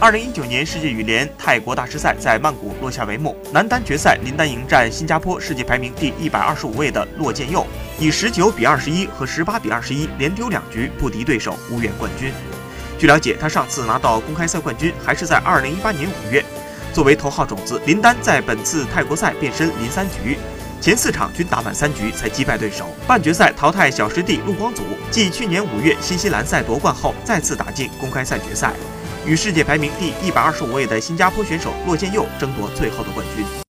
2019年世界羽联泰国大师赛在曼谷落下帷幕，男单决赛，林丹迎战新加坡世界排名第125位的骆建佑，以19比21和18比21连丢2局不敌对手，无缘冠军。据了解，他上次拿到公开赛冠军还是在2018年5月。作为头号种子，林丹在本次泰国赛变身林3局。前4场均打满3局才击败对手，半决赛淘汰小师弟陆光祖，继去年5月新西兰赛夺冠后，再次打进公开赛决赛，与世界排名第125位的新加坡选手骆建佑争夺最后的冠军。